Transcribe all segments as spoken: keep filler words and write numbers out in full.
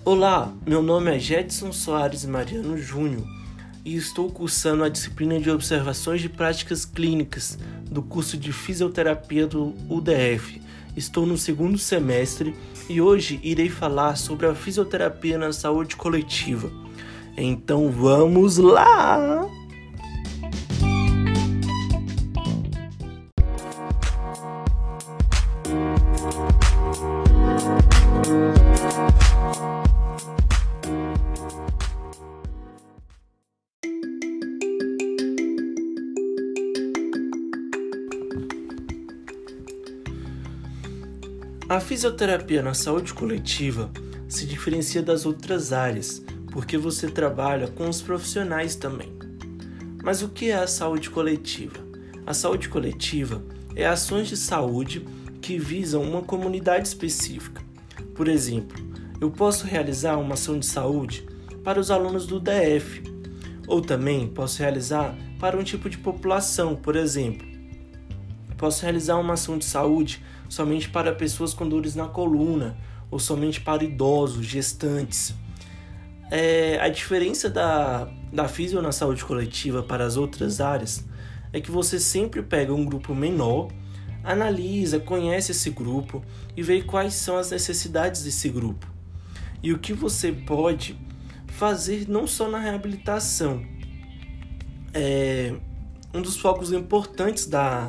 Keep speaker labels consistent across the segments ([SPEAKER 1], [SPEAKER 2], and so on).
[SPEAKER 1] Olá, meu nome é Jedson Soares Mariano Júnior e estou cursando a disciplina de Observações de Práticas Clínicas do curso de Fisioterapia do U D F. Estou no segundo semestre e hoje irei falar sobre a fisioterapia na saúde coletiva. Então vamos lá! A fisioterapia na saúde coletiva se diferencia das outras áreas, porque você trabalha com os profissionais também. Mas o que é a saúde coletiva? A saúde coletiva é ações de saúde que visam uma comunidade específica. Por exemplo, eu posso realizar uma ação de saúde para os alunos do U D F, ou também posso realizar para um tipo de população, por exemplo. Posso realizar uma ação de saúde somente para pessoas com dores na coluna ou somente para idosos, gestantes. É, a diferença da, da fisio na saúde coletiva para as outras áreas é que você sempre pega um grupo menor, analisa, conhece esse grupo e vê quais são as necessidades desse grupo. E o que você pode fazer não só na reabilitação. É, um dos focos importantes da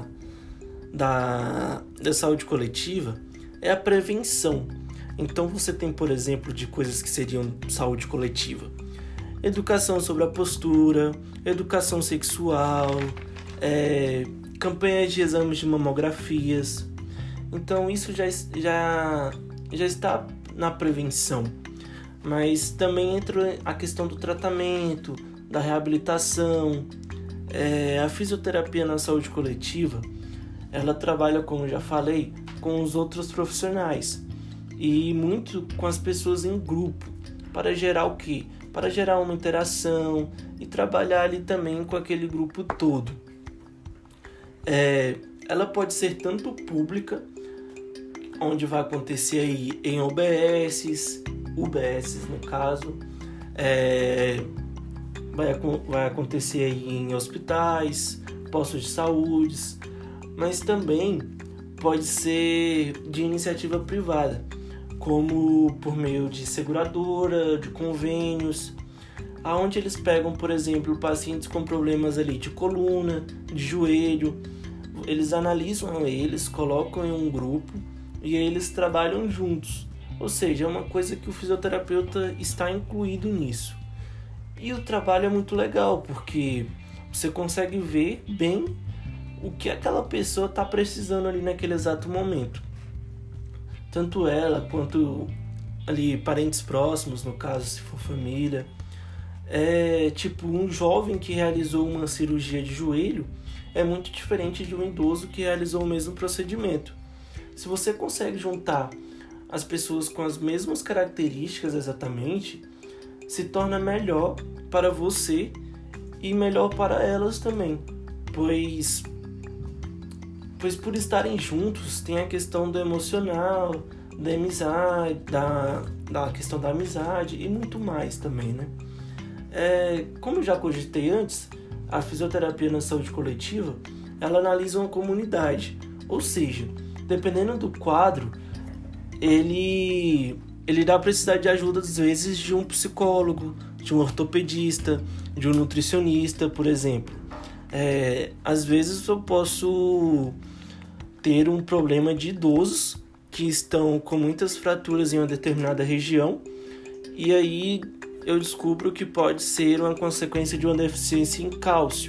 [SPEAKER 1] Da, da saúde coletiva é a prevenção. Então você tem, por exemplo, de coisas que seriam saúde coletiva: educação sobre a postura, educação sexual, é, campanhas de exames de mamografias. Então isso já, já, já está na prevenção. Mas também entra a questão do tratamento, da reabilitação. É, a fisioterapia na saúde coletiva, ela trabalha, como eu já falei, com os outros profissionais e muito com as pessoas em grupo, para gerar o quê? Para gerar uma interação e trabalhar ali também com aquele grupo todo. É, ela pode ser tanto pública, onde vai acontecer aí em O B S, U B S no caso, é, vai, vai acontecer aí em hospitais, postos de saúde, mas também pode ser de iniciativa privada, como por meio de seguradora, de convênios, aonde eles pegam, por exemplo, pacientes com problemas ali de coluna, de joelho, eles analisam eles, colocam em um grupo e aí eles trabalham juntos. Ou seja, é uma coisa que o fisioterapeuta está incluído nisso. E o trabalho é muito legal, porque você consegue ver bem o que aquela pessoa está precisando ali naquele exato momento. Tanto ela quanto ali parentes próximos, no caso, se for família. É tipo um jovem que realizou uma cirurgia de joelho é muito diferente de um idoso que realizou o mesmo procedimento. Se você consegue juntar as pessoas com as mesmas características exatamente, se torna melhor para você e melhor para elas também, pois Pois por estarem juntos tem a questão do emocional, da amizade, da, da questão da amizade e muito mais também, né? É, como eu já cogitei antes, a fisioterapia na saúde coletiva, ela analisa uma comunidade. Ou seja, dependendo do quadro, ele, ele irá precisar de ajuda, às vezes, de um psicólogo, de um ortopedista, de um nutricionista, por exemplo. É, às vezes eu posso ter um problema de idosos que estão com muitas fraturas em uma determinada região e aí eu descubro que pode ser uma consequência de uma deficiência em cálcio.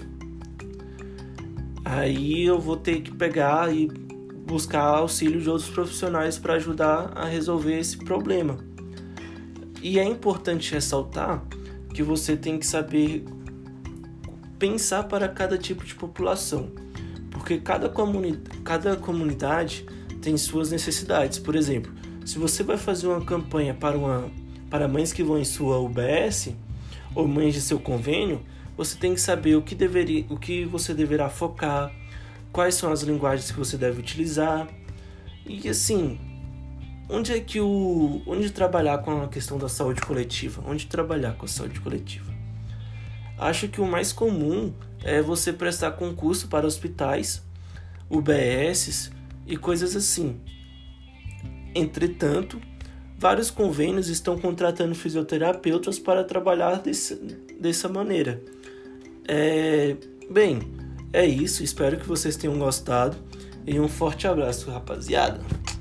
[SPEAKER 1] Aí eu vou ter que pegar e buscar auxílio de outros profissionais para ajudar a resolver esse problema. E é importante ressaltar que você tem que saber pensar para cada tipo de população, porque cada, comuni- cada comunidade tem suas necessidades. Por exemplo, se você vai fazer uma campanha para, uma, para mães que vão em sua U B S ou mães de seu convênio, você tem que saber o que, deveria, o que você deverá focar, quais são as linguagens que você deve utilizar. E assim, onde é que o... onde trabalhar com a questão da saúde coletiva? Onde trabalhar com a saúde coletiva? Acho que o mais comum é você prestar concurso para hospitais, U B S e coisas assim. Entretanto, vários convênios estão contratando fisioterapeutas para trabalhar desse, dessa maneira. É... Bem, é isso. Espero que vocês tenham gostado. E um forte abraço, rapaziada.